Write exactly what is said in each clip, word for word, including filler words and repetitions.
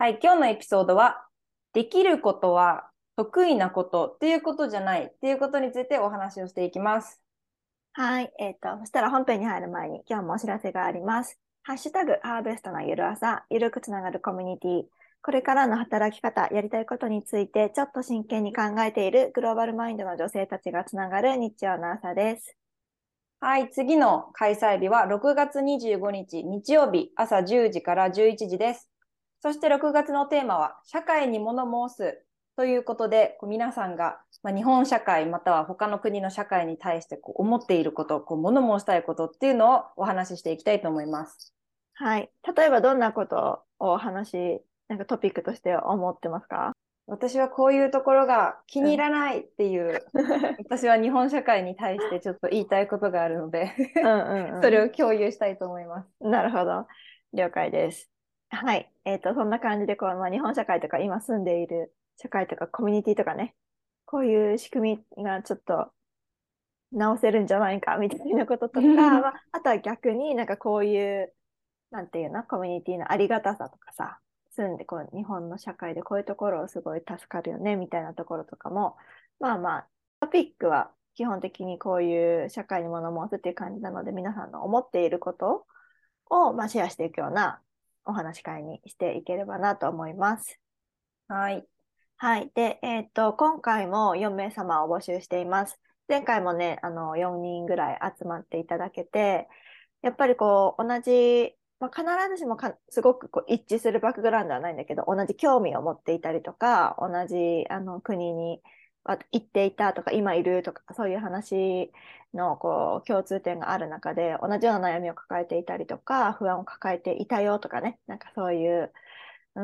はい、今日のエピソードは、できることは得意なことっていうことじゃないっていうことについてお話をしていきます。 はい。えっと、そしたら本編に入る前に今日もお知らせがあります。ハッシュタグ、ハーベストなゆる朝、ゆるくつながるコミュニティ。これからの働き方、やりたいことについて、ちょっと真剣に考えているグローバルマインドの女性たちがつながる日曜の朝です。 はい、次の開催日はろくがつにじゅうごにち日曜日朝じゅうじからじゅういちじです。そしてろくがつのテーマは社会に物申すということで、こう皆さんが、まあ、日本社会または他の国の社会に対してこう思っていること、こう物申したいことっていうのをお話ししていきたいと思います。 はい。例えばどんなことをお話、なんかトピックとして思ってますか？ 私はこういうところが気うん。 に入らないっていう、私は日本社会に対してちょっと言いたいことがあるのでうんそれうんを共有したいと思います。 うん。なるほど。了解です。はい。えっと、そんな感じで、こう、まあ、日本社会とか、今住んでいる社会とか、コミュニティとかね、こういう仕組みがちょっと直せるんじゃないかみたいなこととか、まあ、あとは逆になんかこういう、なんていうの、コミュニティのありがたさとかさ、住んでこう日本の社会でこういうところをすごい助かるよねみたいなところとかも、まあまあ、トピックは基本的にこういう社会に物申すっていう感じなので、皆さんの思っていることを、まあ、シェアしていくようなお話し会にしていければなと思います。 はい。 はい。で、えっと、今回もよんめいさまを募集しています。前回もね、あの、よにんぐらい集まっていただけて、やっぱりこう、同じ、まあ、必ずしもかすごくこう一致するバックグラウンドはないんだけど、同じ興味を持っていたりとか、同じあの国にあ行っていたとか、今いるとか、そういう話のこう共通点がある中で、同じような悩みを抱えていたりとか、不安を抱えていたよとかね、なんかそういう、うん、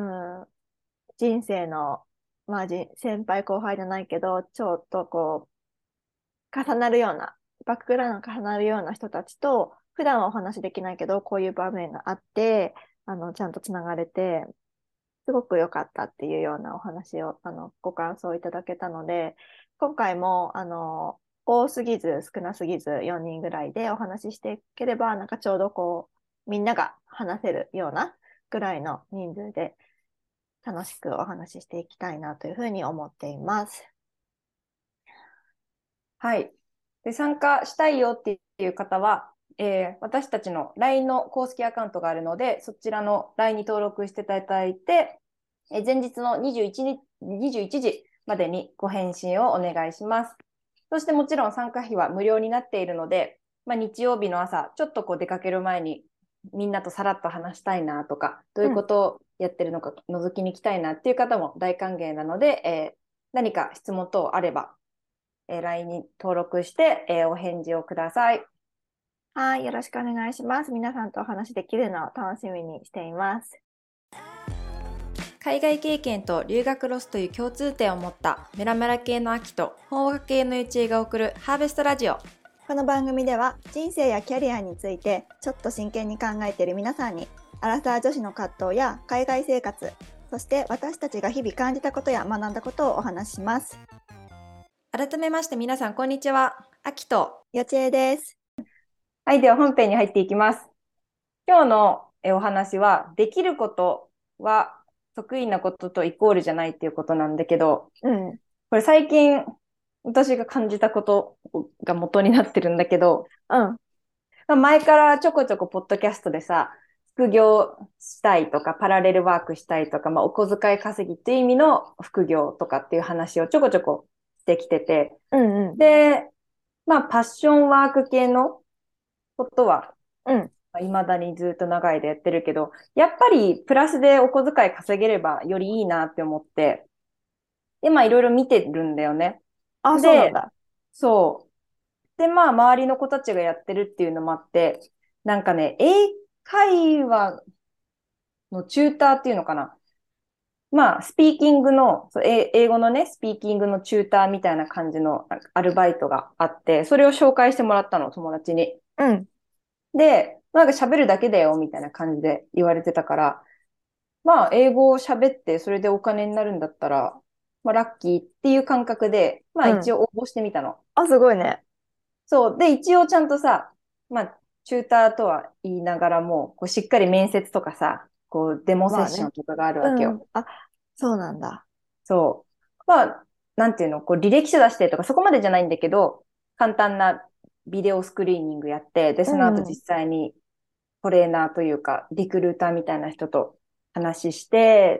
人生の、まあ、じ先輩後輩じゃないけど、ちょっとこう、重なるような、バックグラウンドが重なるような人たちと、普段はお話できないけど、こういう場面があって、あの、ちゃんとつながれて、すごく良かったっていうようなお話を、あの、ご感想いただけたので、今回も、あの、多すぎず少なすぎずよにんぐらいでお話ししていければ、なんかちょうどこう、みんなが話せるようなぐらいの人数で楽しくお話ししていきたいなというふうに思っています。 はい。で、参加したいよっていう方は、えー私たちの ライン の公式アカウントがあるので、そちらの ライン に登録していただいて、えー前日のにじゅういちにち、にじゅういちじまでにご返信をお願いします。そしてもちろん参加費は無料になっているので、まあ、日曜日の朝、ちょっとこう出かける前にみんなとさらっと話したいなとか、どういうこうん。 とをやってるのか覗きに行きたいなっていう方も大歓迎なので、えー何か質問等あれば、えー ライン に登録して、えーお返事をください。 はい、よろしくお願いします。皆さんとお話できるのを楽しみにしています。 海外経験と留学ロスという共通点を持ったメラメラ系の秋と法学系のゆちえが送るハーベストラジオ。 この番組では人生やキャリアについてちょっと真剣に考えている皆さんにアラサー女子の葛藤や海外生活、そして私たちが日々感じたことや学んだことをお話しします。 改めまして皆さんこんにちは。秋と。 よちえです。 はい、では本編に入っていきます。今日のえお話は、できることは得意なこととイコールじゃないっていうことなんだけど、 うん。 これ最近私が感じたことが元になってるんだけど、 うん。 まあ前からちょこちょこポッドキャストでさ、副業したいとか、パラレルワークしたいとか、まあ、お小遣い稼ぎっていう意味の副業とかっていう話をちょこちょこしてきてて、 うんうん。 で、まあ、パッションワーク系のことは、 うん。 まあ未だにずっと長い間やってるけど、やっぱりプラスでお小遣い稼げればよりいいなって思って、で、まあ、いろいろ見てるんだよね。 あ、そうなんで、 だ。 そう。で、まあ、周りの子たちがやってるっていうのもあって、なんかね、英会話のチューターっていうのかな。まあ、スピーキングの、そうえ英語のね、スピーキングのチューターみたいな感じのなんかアルバイトがあって、それを紹介してもらったの、友達に。 うん。 で、なんか喋るだけだよ、みたいな感じで言われてたから、まあ、英語を喋って、それでお金になるんだったら、まあ、ラッキーっていう感覚で、まあ、 うん。 一応応募してみたの。 あ、すごいね。 そう。で、一応ちゃんとさ、まあ、チューターとは言いながらも、こうしっかり面接とかさ、 こう、デモセッまあね。 ションとかがあるわけよ。 うん。あ、そうなんだ。 そう。まあ、なんていうの、こう、履歴書出してとか、そこまでじゃないんだけど、簡単なビデオスクリーニングやって、で、 うその後ん。 実際にトレーナーというか、リクルーターみたいな人と話して、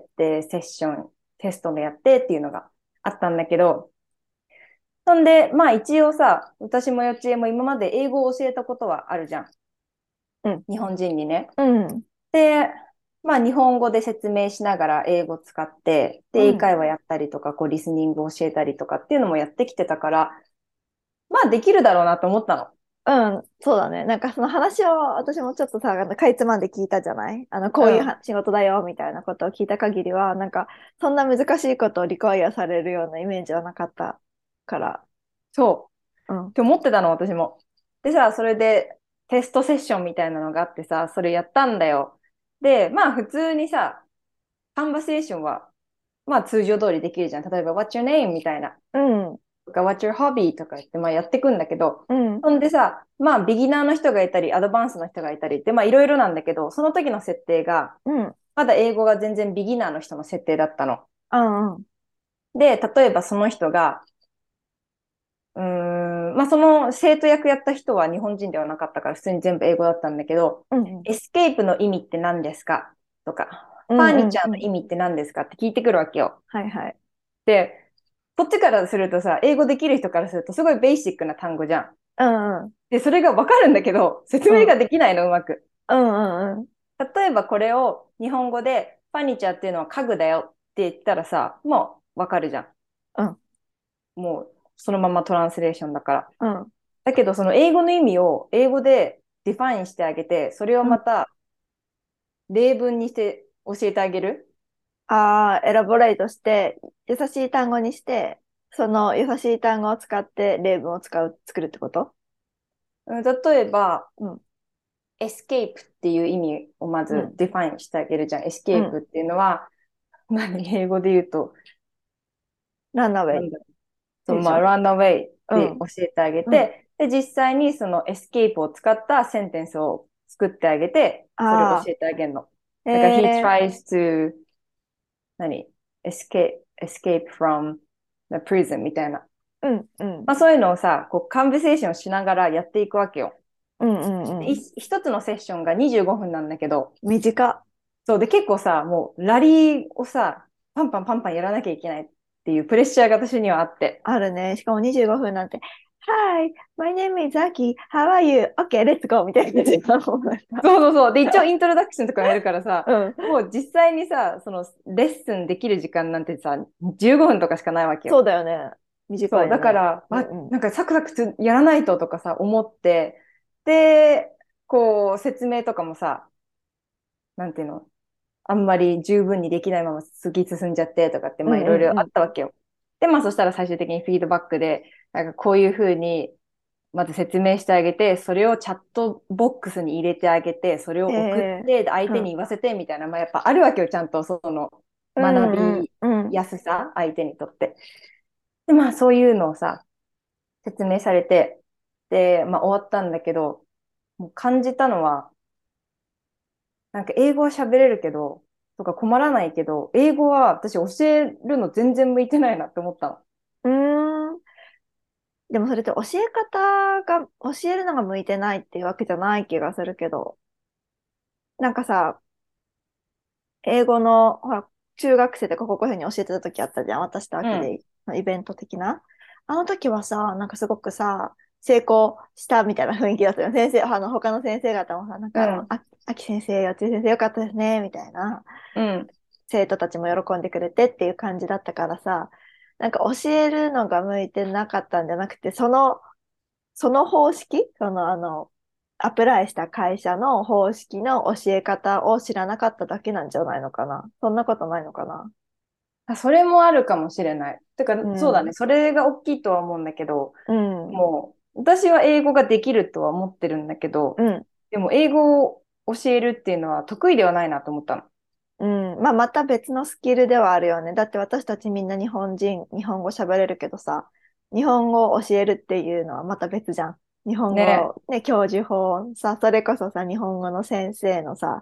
で、セッション、テストもやってっていうのがあったんだけど、そんで、まあ一応さ、私もよちえも今まで英語を教えたことはあるじゃん。 うん。 日本人にね。 うん。 で、まあ日本語で説明しながら英語使って、で、英うん。 会話やったりとか、こうリスニングを教えたりとかっていうのもやってきてたから、まあできるだろうなと思ったの。 うん、そうだね。なんかその話を私もちょっとさ、あのかいつまんで聞いたじゃない、あの、こういううん。 は仕事だよみたいなことを聞いた限りは、なんかそんな難しいことをリクワイアされるようなイメージはなかったから。 そう。 うん。 って思ってたの、私も。でさ、それでテストセッションみたいなのがあってさ、それやったんだよ。で、まあ普通にさ、カンバセーションは、まあ通常通りできるじゃん。例えば、What's your name? みたいな。 うん。 とか、What's your hobby? とか言って、まあやってくんだけど、 うん。 ほんでさ、まあビギナーの人がいたり、アドバンスの人がいたりって、まあいろいろなんだけど、その時の設定が、 うん。 まだ英語が全然ビギナーの人の設定だったの。 うん。うん。 で、例えばその人が、うーん、まあその生徒役やった人は日本人ではなかったから普通に全部英語だったんだけど、 うん。 エスケープの意味って何ですかとか、 うん。 ファーニチャーうん。 の意味って何ですかって聞いてくるわけよ。 はいはい。 で、こっちからするとさ、英語できる人からするとすごいベーシックな単語じゃん。 うん。うん。 で、それがわかるんだけど、説うん。 明ができないの、うまく。 うん。うん。 例えばこれを日本語で、ファーニチャーっていうのは家具だよって言ったらさ、もうわかるじゃん。 うん。 もうそのままトランスレーションだから。 うん。 だけど、その英語の意味を英語でディファインしてあげて、それをうん。 また例文にして教えてあげる。 ああ、エラボレイトして、優しい単語にして、その優しい単語を使って例文を使う、作るってこと？ うん、例えば、 うん。 エスケープっていう意味をまずうん。 ディファインしてあげるじゃん。エスケーうん。 プっていうのは、何、英語で言うと、 ランナウェイなんだ、そう、まあ、 でしょ？ run away っうん。 て教えてあげうん。 て、で、実際にそのエスケープを使ったセンテンスを作ってあげて、それをあ教えてあげるの。 あ、 だから、he え tries to 何 escape, escape from the prison みたいな。 ー、うん、うん、 まあそういうのをさ、こう、カンバセーションしながらやっていくわけよ。 うん、うん、ういん。 一つのセッションがにじゅうごふんなんだけど、 短っ。 そうで結構さ、もうラリーをさ、パンパンパンパンやらなきゃいけないっていうプレッシャーが私にはあって。 あるね。しかもにじゅうごふんなんて、Hi, my name is Aki. How are you? Okay, let's go. みたいな感じがもうなんか、 そうそうそう。で、一応イントロダクションとかもやるからさ、 うん。 もう実際にさ、そのレッスンできる時間なんてさ、じゅうごふんとかしかないわけよ。 そうだよね。短そう、 いよね。 だから、あ、 うん、うん。 なんかサクサクつやらないととかさ、思って、で、こう、説明とかもさ、なんていうの、あんまり十分にできないまま突き進んじゃってとかって、 うん、 まあいろいろあうん、 ったわけよ。で、まあそしたら最終的にフィードバックで、なんかこういうふうに、まず説明してあげて、それをチャットボックスに入れてあげて、それをうん。 送っえて、相ー、うん。 手に言わせてみたいな、まあやっぱあるわけよ、ちゃんとそのうん、うん、 学びうん。 やすさ、相手にとって。で、まあそういうのをさ、説明されて、で、まあ終わったんだけど、もう感じたのは、なんか英語は喋れるけど、とか困らないけど、英語は私教えるの全然向いてないなって思ったの。 うーん。でもそれって教え方が、教えるのが向いてないっていうわけじゃない気がするけど、なんかさ、英語の、ほら、中学生とか高校生に教えてた時あったじゃん。私とうん。 秋で、イベント的な。あの時はさ、なんかすごくさ、成功したみたいな雰囲気だったよ。先生、あの、他の先生方もさ、なんかあの、 うん。 あ、秋先生、よちえ先生よかったですね、みたいな。 うん。 生徒たちも喜んでくれてっていう感じだったからさ、なんか教えるのが向いてなかったんじゃなくて、その、その方式、そのあの、アプライした会社の方式の教え方を知らなかっただけなんじゃないのかな。そんなことないのかな。 あ、それもあるかもしれない。てか、 うん、 そうだね。それが大きいとは思うんだけど、 うん、 もう、私は英語ができるとは思ってるんだけど、 うん、 でも英語を教えるっていうのは得意ではないなと思ったの。 うん。まあ、また別のスキルではあるよね。だって私たちみんな日本人、日本語喋れるけどさ、日本語を教えるっていうのはまた別じゃん。日本ね。 語、ね、教授法さ、それこそさ、日本語の先生のさ、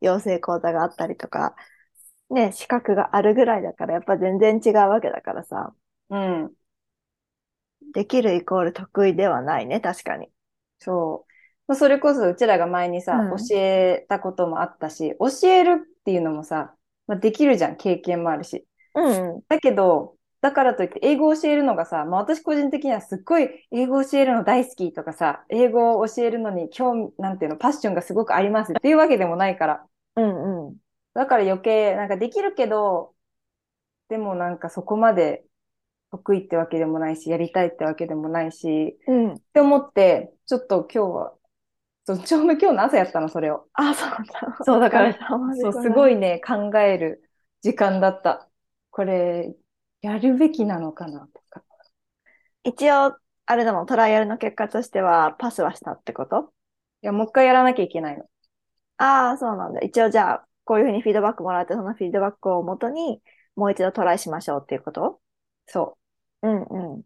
養成講座があったりとか、ね、資格があるぐらいだから、やっぱ全然違うわけだからさ、 うん。 できるイコール得意ではないね、確かに。 そう。まあそれこそうちらが前にさ、 うん。 教えたこともあったし、教えるっていうのもさ、まあ、できるじゃん、経験もあるし。 うん。 だけど、だからといって英語を教えるのがさ、まあ私個人的にはすっごい英語を教えるの大好きとかさ、英語を教えるのに興味、なんていうの、パッションがすごくありますっていうわけでもないから。 うんうん。 だから余計、なんかできるけど、でもなんかそこまで得意ってわけでもないし、やりたいってわけでもないし、 うん。 って思って、ちょっと今日は、そうちょうど今日の朝やったの、それを。 あ、そうだ。おそう、だ疲れから、そう、 様でございすごいます。 ね、考える時間だった。これ、やるべきなのかなとか。 一応、あれだもん、トライアルの結果としては、パスはしたってこと？ いや、もう一回やらなきゃいけないの。 ああ、そうなんだ。一応じゃあ、こういうふうにフィードバックもらって、そのフィードバックをもとに、もう一度トライしましょうっていうこと？ そうんうん。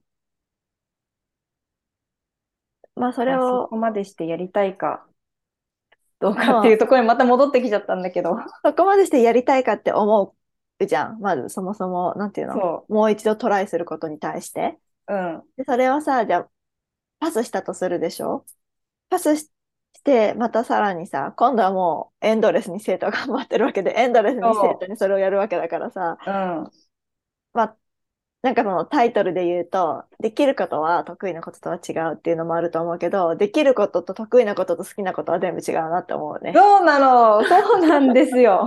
まあ、そう。まあ、それを、 こまでしてやりたいかどうかってまあ、 いうところにまた戻ってきちゃったんだけど。 そこまでしてやりたいかって思うじゃん。まず、そもそも、なんていうの？ そもう一度トライすることに対して。 う。うん。 で、それをさ、じゃあ、パスしたとするでしょ？パスしして、またさらにさ、今度はもうエンドレスに生徒が頑張ってるわけで、エンドレスに生徒そにそれをやるわけだからさ、 う。うん。 まあ、なんかそのタイトルで言うと、できることは得意なこととは違うっていうのもあると思うけど、できることと得意なことと好きなことは全部違うなって思うね。 そうなの。そうなんですよ。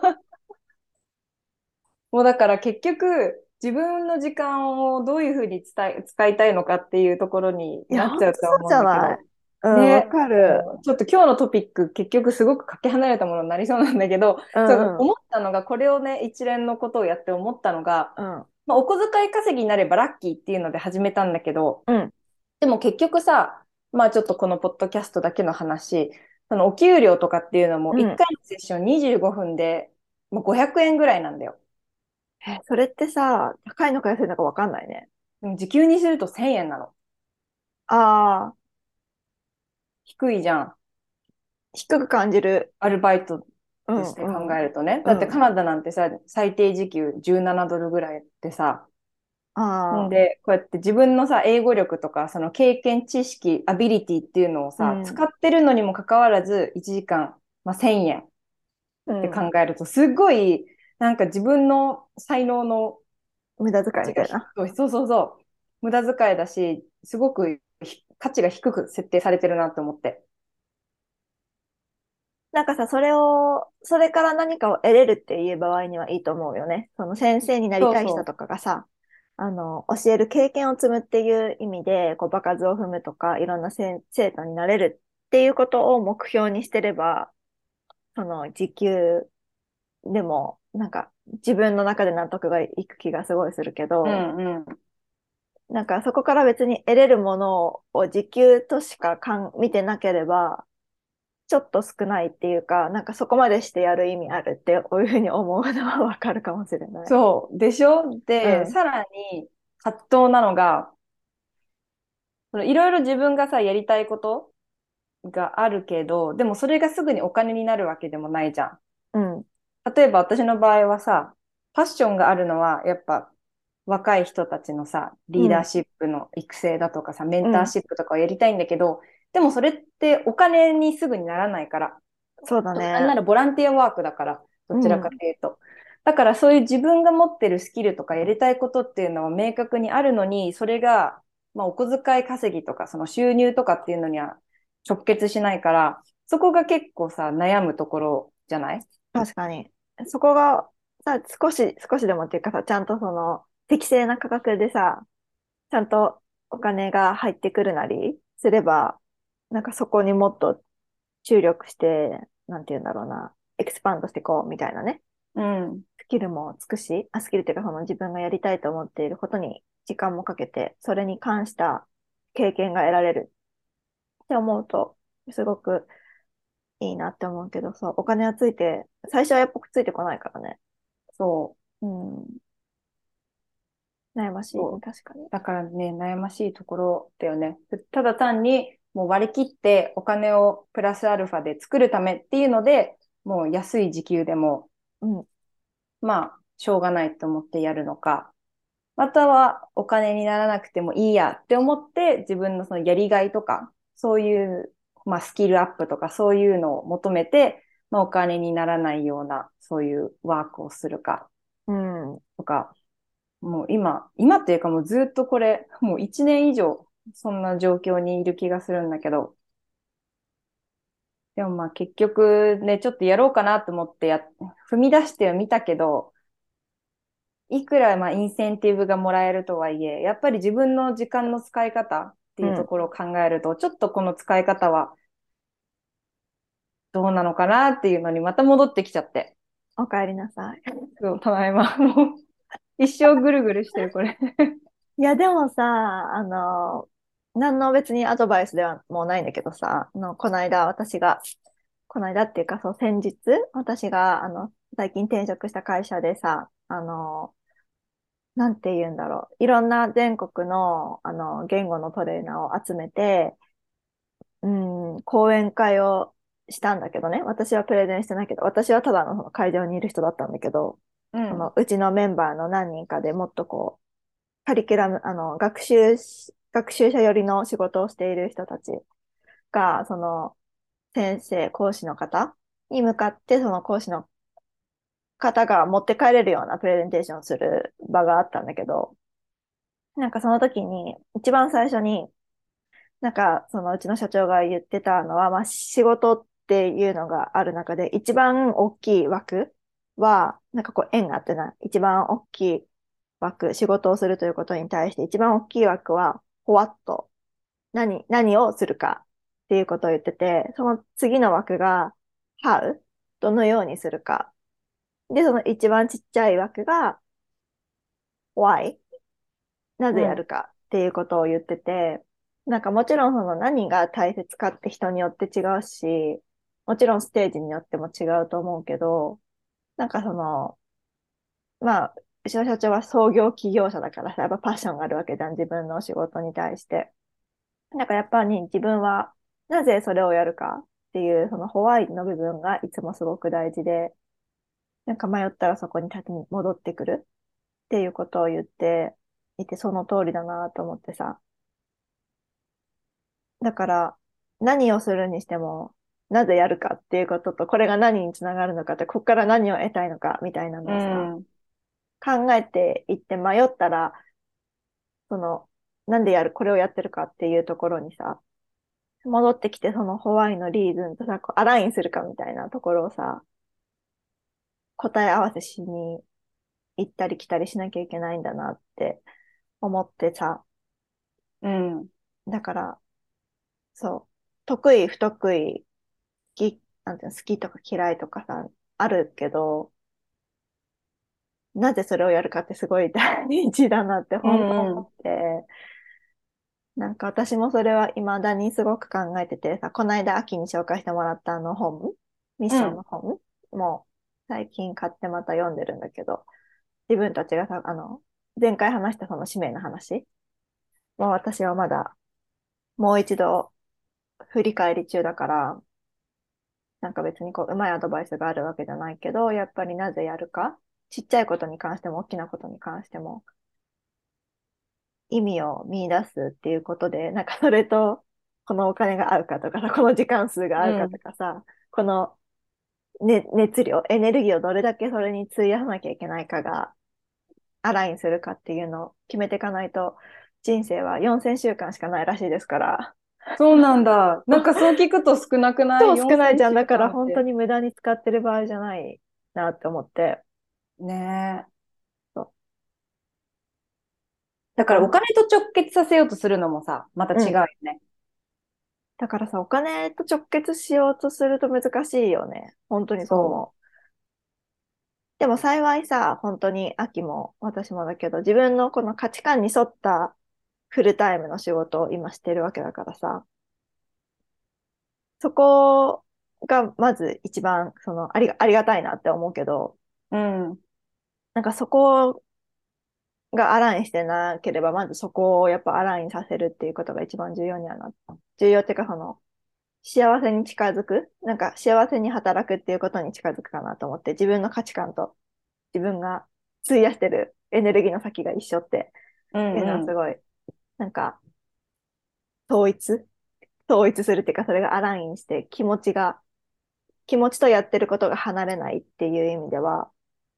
もうだから結局、自分の時間をどういうふうに伝え、使いたいのかっていうところにいや、 なっほんとそうちゃうとは思うじゃない？ んだけど、 うん、わね、 かる。 もうちょっと今日のトピック結局すごくかけ離れたものになりそうなんだけど、 うそうんうん。 思ったのが、これをね、一連のことをやって思ったのが、 うん。 まあ、お小遣い稼ぎになればラッキーっていうので始めたんだけど、 うん。 でも結局さ、まあちょっとこのポッドキャストだけの話、そのお給料とかっていうのも1 うん。 回のセッションにじゅうごふんでもうごひゃくえんぐらいなんだよ。 え、それってさ、高いのか安いのかわかんないね。 でも時給にするとせんえんなの。 ああ、 低いじゃん。 低く感じる。 アルバイトうんとして考うん。 えるとね。だってうん。 カナダなんてさ、最低時給じゅうななドルぐらいでさ、んああ、 で、こうやって自分のさ、英語力とか、その経験、知識、アビリティっていうのをさ、使うん。 ってるのにもかかわらず、いちじかん、まあ、せんえんって考うん。 えると、すっごい、なんか自分の才能の無駄遣い価値がみたいな。 低い。そうそうそう。無駄遣いだし、すごくひ価値が低く設定されてるなって思って。 なんかさ、それを、それから何かを得れるっていう場合にはいいと思うよね。その先生になりたい人とそうそかがさ、あの、教える経験を積むっていう意味で、こう、場数を踏むとか、いろんなせ生徒になれるっていうことを目標にしてれば、その、時給でも、なんか、自分の中で納得がいく気がすごいするけう。うど、 んうん。 なんかそこから別に得れるものを時給としかかん見てなければ、ちょっと少ないっていうか、なんかそこまでしてやる意味あるってこういうふうに思うのはわかるかもしれない。 そう。でしょで、 うん。 さらに葛藤なのが、そのいろいろ自分がさ、やりたいことがあるけど、でもそれがすぐにお金になるわけでもないじゃん。 うん。 例えば私の場合はさ、パッションがあるのは、やっぱ若い人たちのさ、 うん。 リーダーシップの育成だとかさ、メンターうん。 シップとかをやりたいんだけど、でもそれってお金にすぐにならないから、 そうだね。 なんならボランティアワークだから、どちらかうん。 というと。だからそういう自分が持ってるスキルとかやりたいことっていうのは明確にあるのに、それが、まあ、お小遣い稼ぎとか、その収入とかっていうのには直結しないから、そこが結構さ、悩むところじゃない？ 確かに。そこがさ、少し、少しでもっていうかさ、ちゃんとその適正な価格でさ、ちゃんとお金が入ってくるなりすれば、なんかそこにもっと注力して、なんて言うんだろうな、エクスパンドしていこうみたいなね。 うん。 スキルもつくし、あ、スキルっていうかその自分がやりたいと思っていることに時間もかけて、それに関した経験が得られるって思うと、すごくいいなって思うけどさ、お金はついて、最初はやっぱついてこないからね。 そう。 うん、悩ましいね、 そう。 確かに。 だからね、悩ましいところだよね。ただ単に、もう割り切ってお金をプラスアルファで作るためっていうので、 もう安い時給でも、 うん。 まあ、しょうがないと思ってやるのか、またはお金にならなくてもいいやって思って自分のそのやりがいとか、そういう、まあ、スキルアップとかそういうのを求めて、まあ、お金にならないようなそういうワークをするかうん。 とか、もう今、今っていうかもうずっとこれ、もういちねん以上そんな状況にいる気がするんだけど、でもまあ結局ね、ちょっとやろうかなと思ってや、踏み出してはみたけど、いくらまあインセンティブがもらえるとはいえ、やっぱり自分の時間の使い方っていうとうん。 ころを考えると、ちょっとこの使い方はどうなのかなっていうのにまた戻ってきちゃって。 おかえりなさい。 そう、ただいま。もう一生ぐるぐるしてる、これ。 いや、でもさ、あの、何の別にアドバイスではもうないんだけどさ、あの、この間私が、この間っていうか、そう、先日、私が、あの、最近転職した会社でさ、あの、なんて言うんだろう。いろんな全国の、あの、言語のトレーナーを集めて、うん、講演会をしたんだけどね。私はプレゼンしてないけど、私はただのその会場にいる人だったんだけど、 うん。 そのうちのメンバーの何人かでもっとこう、カリキュラム、あの、学習し、学習者寄りの仕事をしている人たちが、その、先生、講師の方に向かって、その講師の方が持って帰れるようなプレゼンテーションをする場があったんだけど、なんかその時に、一番最初に、なんかそのうちの社長が言ってたのは、まあ仕事っていうのがある中で、一番大きい枠は、なんかこう円があってな、一番大きい枠、仕事をするということに対して一番大きい枠は、what、何、何をするかっていうことを言ってて、その次の枠が how、どのようにするか。で、その一番ちっちゃい枠が why、なぜやうん。 るかっていうことを言ってて、なんかもちろんその何が大切かって人によって違うし、もちろんステージによっても違うと思うけど、なんかその、まあ、うちの社長は創業起業者だからさ、やっぱパッションがあるわけじゃん、自分の仕事に対して。なんかやっぱり自分はなぜそれをやるかっていう、そのホワイトの部分がいつもすごく大事で、なんか迷ったらそこに立ちに戻ってくるっていうことを言っていて、その通りだなと思ってさ。だから何をするにしても、なぜやるかっていうことと、これが何につながるのかって、ここから何を得たいのかみたいなうのをさ、 ん。 考えていって迷ったら、その、なんでやる、これをやってるかっていうところにさ、戻ってきてそのホワイのリーズンとさ、こうアラインするかみたいなところをさ、答え合わせしに行ったり来たりしなきゃいけないんだなって思ってさ、 うん。 だから、そう、得意、不得意、好き、なんていうの、好きとか嫌いとかさ、あるけど、なぜそれをやるかってすごい大事だなってう本当思っん。 て、なんか私もそれは未だにすごく考えててさ、この間秋に紹介してもらったあの本、ミッションうん。 の本も最近買ってまた読んでるんだけど、自分たちがさ、あの、前回話したその使命の話は私はまだもう一度振り返り中だから、なんか別にこう、うまいアドバイスがあるわけじゃないけど、やっぱりなぜやるか、ちっちゃいことに関しても大きなことに関しても意味を見出すっていうことで、なんかそれとこのお金が合うかとかさ、この時間数が合うかとうん。 かさ、この、ね、熱量、エネルギーをどれだけそれに費やさなきゃいけないかがアラインするかっていうのを決めていかないと、人生はよんせんしゅうかんしかないらしいですから、 そうなんだ。なんかそう聞くと少なくない？ 超少ないよんせんじゃん。だ週から間って。 本当に無駄に使ってる場合じゃないなって思って。 ねえ。 そう。だだからおから、 金と直結させようとするのもさ、また違ううん。 よね。 だからさ、お金と直結しようとすると難しいよね。本当にそうそ思う。でも幸いさ、本当に秋も私もだけど、自分のこの価値観に沿ったフルタイムの仕事を今してるわけだからさ、そこがまず一番、その、ありが、ありがたいなって思うけど、 う。うん。 なんかそこがアラインしてなければ、まずそこをやっぱアラインさせるっていうことが一番重要にはな、重要っていうかその、 幸せに近づく、なんか幸せに働くっていうことに近づくかなと思って、自分の価値観と自分が費やしてるエネルギーの先が一緒ってういうのんうん。 はすごい、なんか統一、統一するっていうか、それがアラインして気持ちが、気持ちとやってることが離れないっていう意味では、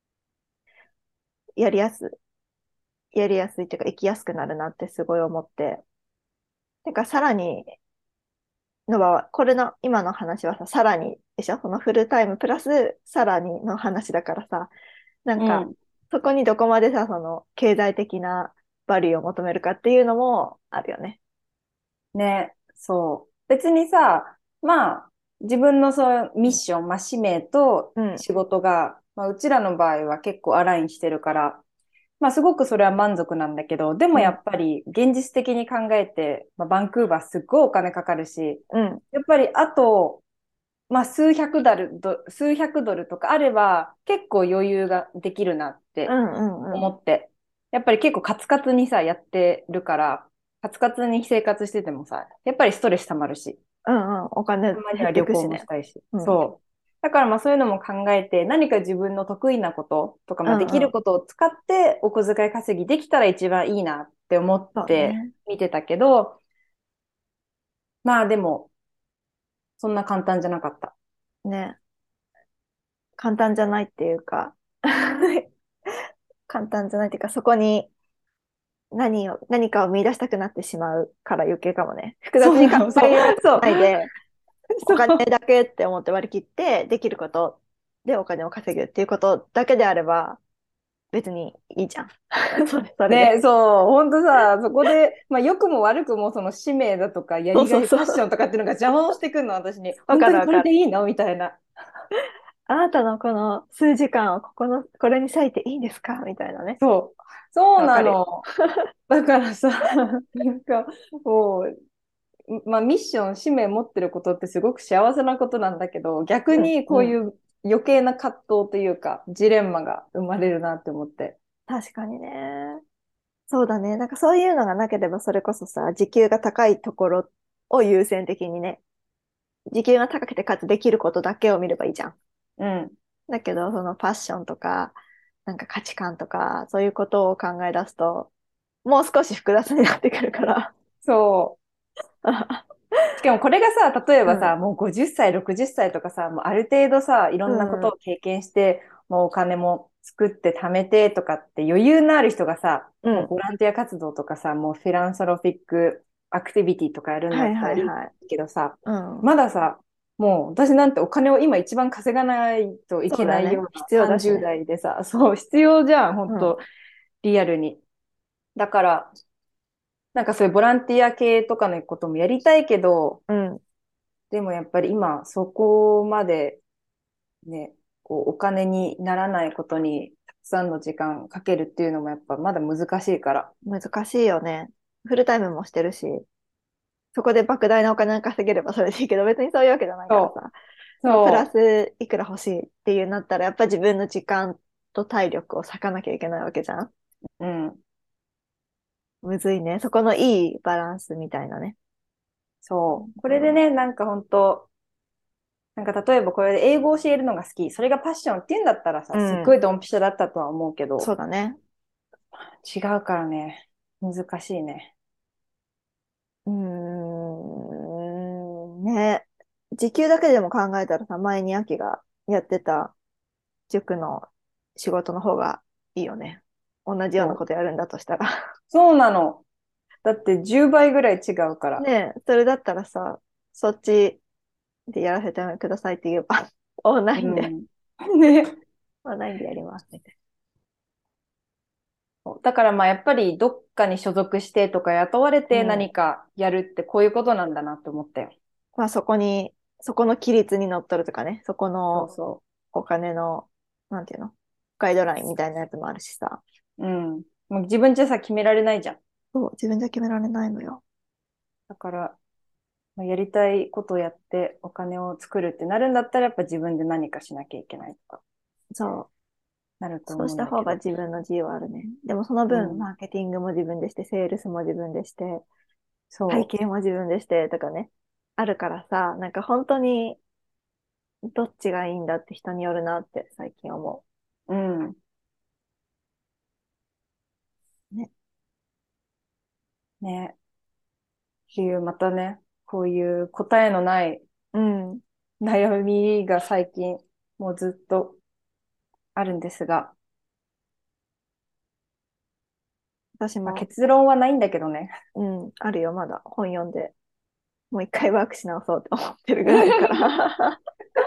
やりやす、やりやすいっていうか、生きやすくなるなってすごい思って、なんかさらに、のは、これの今の話はさ、さらにでしょ、そのフルタイムプラスさらにの話だからさ、なんか、 うん。 そこにどこまでさ、その経済的なバリューを求めるかっていうのもあるよね。 ね、そう。別にさ、まあ、自分のそういうミッション、まあ、使命とうん、 仕事が、まあ、うちらの場合は結構アラインしてるから、まあ、すごくそれは満足なんだけど、でもうん、 やっぱり現実的に考えて、まあ、バンクーバーすっごいお金かかるし、 うん、 やっぱりあと、まあ、数百ドル、ド数百ドルとかあれば、結構余裕ができるなってうん、うん、うん。 思って、やっぱり結構カツカツにさ、やってるから、カツカツに生活しててもさ、やっぱりストレス溜まるし、 うん、うん。お金たまに減っは旅行てくしね。 もしたいし。 うん、うん、 そう。だからまあそういうのも考えて、何か自分の得意なこととか、まあできうん。 ることを使ってお小遣い稼ぎできたら一番いいなって思ってそうね。 見てたけど、まあでも、そんな簡単じゃなかった。 ね。簡単じゃないっていうか簡単じゃないっていうか、そこに何を、何かを見出したくなってしまうから余計かもね。複雑に考そうなの、そう、 えようそう、 としないで、お金そう。 だけって思って割り切って、できることでお金を稼ぐっていうことだけであれば、別にいいじゃん。それ、それで。 ね、そう、ほんとさ、そこで、まあ、良くも悪くも、その使命だとか、やそうりがい、 そうそう。 パッションとかっていうのが邪魔をしてくるの、私に。 わ本当にこれかるわかる。 でいいのみたいな。 あなたのこの数時間をここの、これに割いていいんですかみたいなね。 そう。そうわかるよ。 なの。だからさ、なんか、もう、まあ、ミッション、使命持ってることってすごく幸せなことなんだけど、逆うん、 にこうん。 ういう余計な葛藤というか、ジレンマが生まれるなって思って。 確かにね。そうだね。なんかそういうのがなければ、それこそさ、時給が高いところを優先的にね、時給が高くてかつできることだけを見ればいいじゃん。 うん。 だけど、そのファッションとか、なんか価値観とか、そういうことを考え出すと、もう少し複雑になってくるから。 そう。しかもこれがさ、例えうん。 ばさ、もうごじゅっさい、ろくじゅっさいとかさ、もうある程度さ、いろうんなことん。 を経験して、もうお金も作って貯めてとかって余裕のある人がさ、 うん。 もうボランティア活動とかさ、もうフィランソロフィックアクティビティとかやるんだはいったらいいはいはい。 けどさ、 うん。 まださ、もう私なんてお金を今一番稼がないといけなそうだね。 いような必要だしさんじゅうね。 代でさ、そう、必要じゃん、 うん。 本当リアルに。だから、なんかそういうボランティア系とかのこともやりたいけど、 うん。 でもやっぱり今そこまでね、こうお金にならないことにたくさんの時間かけるっていうのもやっぱまだ難しいから。 難しいよね。フルタイムもしてるし、そこで莫大なお金が稼げればそれでいいけど、別にそういうわけじゃないからそさ。 う、 まあ、プラそスいくら欲しいっていうなったら、やっぱ自分の時間と体力を割かなきゃいけないわけじゃん。 う、うん、 むずいね。そこのいいバランスみたいなね。 そう。こうん。 れでね、なんか本当なんか例えばこれで英語を教えるのが好き、それがパッションっていうんだったらさ、すっごうん。 いドンピシャだったとは思うけど、 そうだね。 違うからね、難しいね。 うーん。ね。時給だけでも考えたらさ、前に秋がやってた塾の仕事の方がいいよね。同じようなそう。 ことやるんだとしたら。 そうなの。だってじゅうばいぐらい違うから。 ねえ、それだったらさ、そっちでやらせてくださいって言えば、オンラインで、 うん。ね。 オンラインでやりますみたいだからまあやっぱりどっかに所属してとか雇われな。 てうん。 何かやるってこういうことなんだなって思ったよ。 まあそこに、そこの規律にのっとるとかね、そこのそうそお金の、なんていうの、ガイドラインみたいなやつもあるしさ。 う。うん。もう自分じゃさ決められないじゃん。 そう、自分じゃ決められないのよ。 だから、まあ、やりたいことをやってお金を作るってなるんだったらやっぱ自分で何かしなきゃいけないとかそう。 なるとそうした方が思うんだけど。 自分の自由はあるね。でもその分、 うん。 マーケティングも自分でして、セールスも自分でして、会そ計も自分でして、とかね。 あるからさ、なんか本当にどっちがいいんだって人によるなって最近思うん。 う。ね。 ね。っていう、またね、こういう答えのないうん。 悩みが最近、もうずっとあるんですが、まあ、 私も、 結論はないんだけどね。 うん、あるよ、まだ本読んで、もう一回ワークし直そうって思ってるぐらいだから。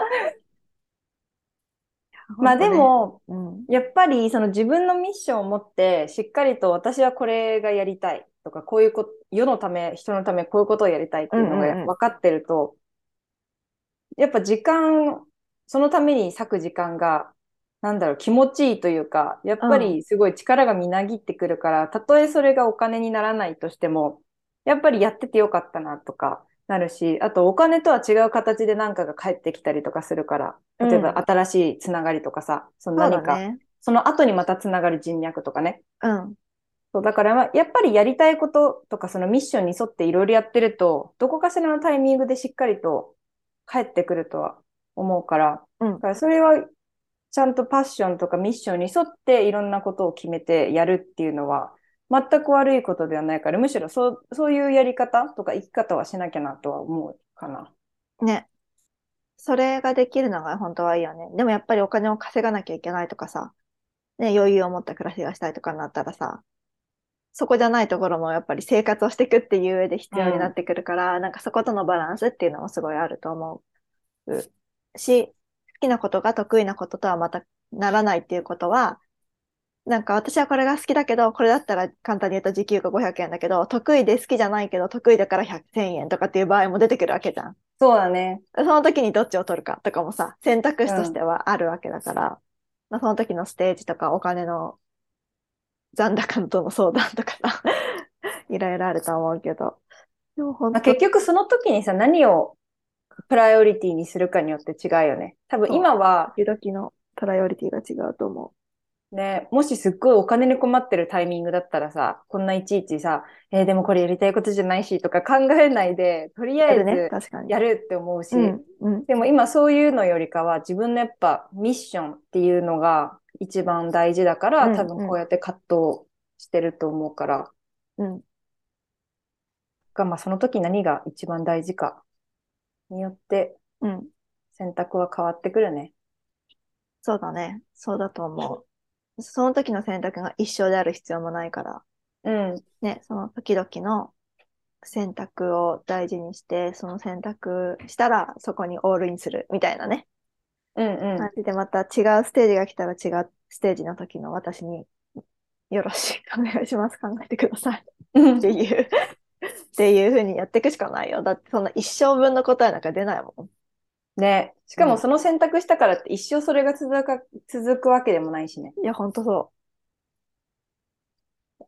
まあで本当ね。 も、 うん。 やっぱりその自分のミッションを持って、しっかりと私はこれがやりたいとか、こういうこと、世のため、人のため、こういうことをやりたいっうんていうのがうん分かってると、やっぱ時間、そのために割く時間が、なんだろう、気持ちいいというか、やっぱうん。うん。 りすごい力がみなぎってくるから、たとえそれがお金にならないとしても、やっぱりやっててよかったなとかなるし、あとお金とは違う形で何かが返ってきたりとかするから、 う例えばん。 新しいつながりとかさ、その何か、 そうだね。 その後にまたつながる人脈とかね。 うん。 そうだからまあやっぱりやりたいこととかそのミッションに沿っていろいろやってると、どこかしらのタイミングでしっかりと返ってくるとは思うから、だうん。 からそれはちゃんとパッションとかミッションに沿っていろんなことを決めてやるっていうのは全く悪いことではないから、むしろそう、そういうやり方とか生き方はしなきゃなとは思うかな。 ね。それができるのが本当はいいよね。でもやっぱりお金を稼がなきゃいけないとかさ、ね、余裕を持った暮らしがしたいとかになったらさ、そこじゃないところもやっぱり生活をしていくっていう上で必要になっうん。 てくるから、なんかそことのバランスっていうのもすごいあると思うし、好きなことが得意なこととはまたならないっていうことは、なんか私はこれが好きだけど、これだったら簡単に言うと時給がごひゃくえんだけど、得意で好きじゃないけど、得意だからひゃく、せんえんとかっていう場合も出てくるわけじゃん。 そうだね。 その時にどっちを取るかとかもさ、選択肢としてうん。 はあるわけだから、まあ、その時のステージとかお金の残高との相談とかさ、いろいろあると思うけど、でも本まあ、 当、 結局その時にさ、何をプライオリティにするかによって違うよね。多分そう、 今は時々のプライオリティが違うと思ね、もしすっごいお金に困ってるタイミングだったらさ、こんないちいちさ、えーでもこれやりたいことじゃないしとか考えないで、とりう。やるね、 あえず確かに。 やるって思うし、 うん、うん、 でも今そういうのよりかは自分のやっぱミッションっていうのが一番大事だから多うん、うん、 分こうやって葛藤してると思うから、 うん。 がまあその時何が一番大事かによってうん。 選択は変わってくるね。 そうだね。そうだと思う。その時の選択が一生である必要もないから、 うん、 ね、その時々の選択を大事にして、その選択したらそこにオールインするみたいなね。 うん、うん。 感じでまた違うステージが来たら違うステージの時の私によろしくお願いします。考えてください。っていう、っていうふうにやっていくしかないよ。だってそんな一生分の答えなんか出ないもん。 ね。しうん。 かもその選択したからって一生それが続く、続くわけでもないしね。 いや、ほんとそう。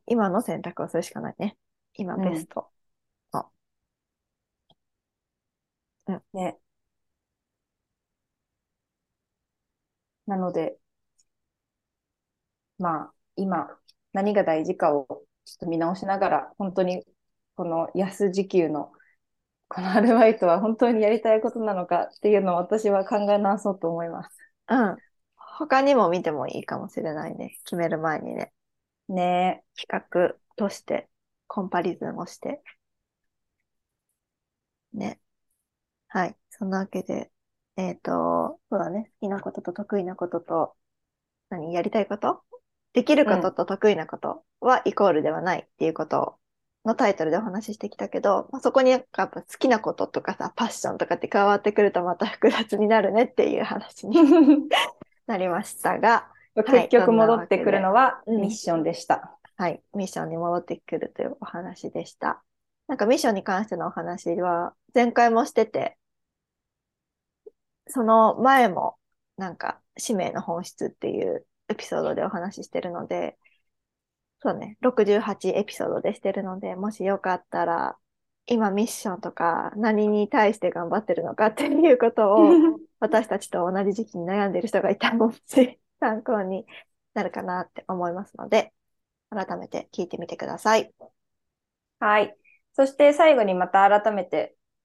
今の選択をするしかないね。今うん。 ベスト。あ、うん。 ね。なので、まあ、今、何が大事かをちょっと見直しながら、本当に、この安時給の、このアルバイトは本当にやりたいことなのかっていうのを私は考え直そうと思います。 うん。他にも見てもいいかもしれないね。決める前にね。 ね比較としてコンパリズンをしてね。はい。そんなわけで、えっと、そうだね。好きなことと得意なことと、何、やりたいことできるえ。うん。 ことと得意なことはイコールではないっていうことのタイトルでお話ししてきたけど、まあ、そこにやっぱ好きなこととかさ、パッションとかって加わってくるとまた複雑になるねっていう話になりましたが、は結い。そんな局戻ってわけで、 くるのはうん。 ミッションでした。 はい。ミッションに戻ってくるというお話でした。なんかミッションに関してのお話は前回もしてて、その前もなんか使命の本質っていうエピソードでお話ししてるので、そうね、ろくじゅうはちエピソードでしてるので、もしよかったら、今ミッションとか何に対して頑張ってるのかっていうことを私たちと同じ時期に悩んでる人がいたらもし参考になるかなって思いますので、改めて聞いてみてください。 はい。そして最後にまた改めて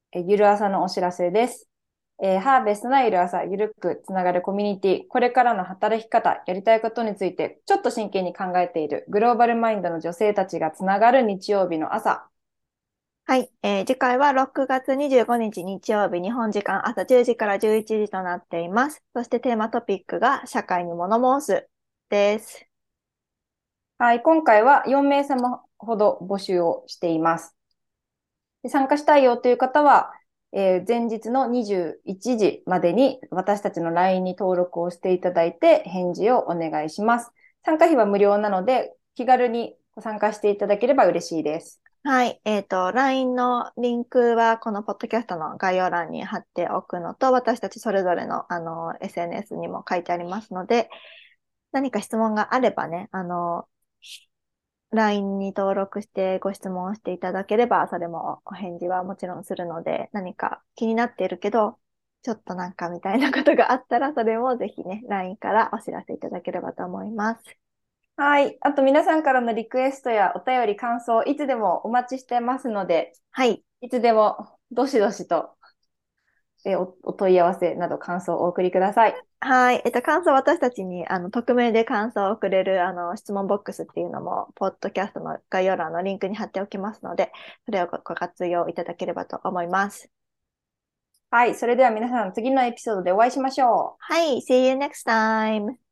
えゆる朝のお知らせです。えーハーベストなゆる朝、ゆるくつながるコミュニティ、これからの働き方、やりたいことについて、ちょっと真剣に考えているグローバルマインドの女性たちがつながる日曜日の朝。 はい、えー次回はろくがつにじゅうごにち日曜日、日本時間朝じゅうじからじゅういちじとなっています。そしてテーマトピックが社会に物申すです。 はい、今回はよんめいさまほど募集をしています。で参加したいよという方は、えー前日のにじゅういちじまでに私たちの ライン に登録をしていただいて返事をお願いします。参加費は無料なので気軽に参加していただければ嬉しいです。 はい。えっと、ライン のリンクはこのポッドキャストの概要欄に貼っておくのと、私たちそれぞれの、あの エスエヌエス にも書いてありますので、何か質問があればね、あの、ライン に登録してご質問をしていただければ、それもお返事はもちろんするので、何か気になっているけど、ちょっとなんかみたいなことがあったら、それもぜひね、ライン からお知らせいただければと思います。 はい。あと皆さんからのリクエストやお便り、感想、いつでもお待ちしてますので、 はい。 いつでもどしどしとえお、お問い合わせなど感想をお送りください。 はい。えっと、感想、私たちに、あの、匿名で感想をくれる、あの、質問ボックスっていうのも、ポッドキャストの概要欄のリンクに貼っておきますので、それをごご活用いただければと思います。 はい。それでは皆さん次のエピソードでお会いしましょう。 はい。See you next time!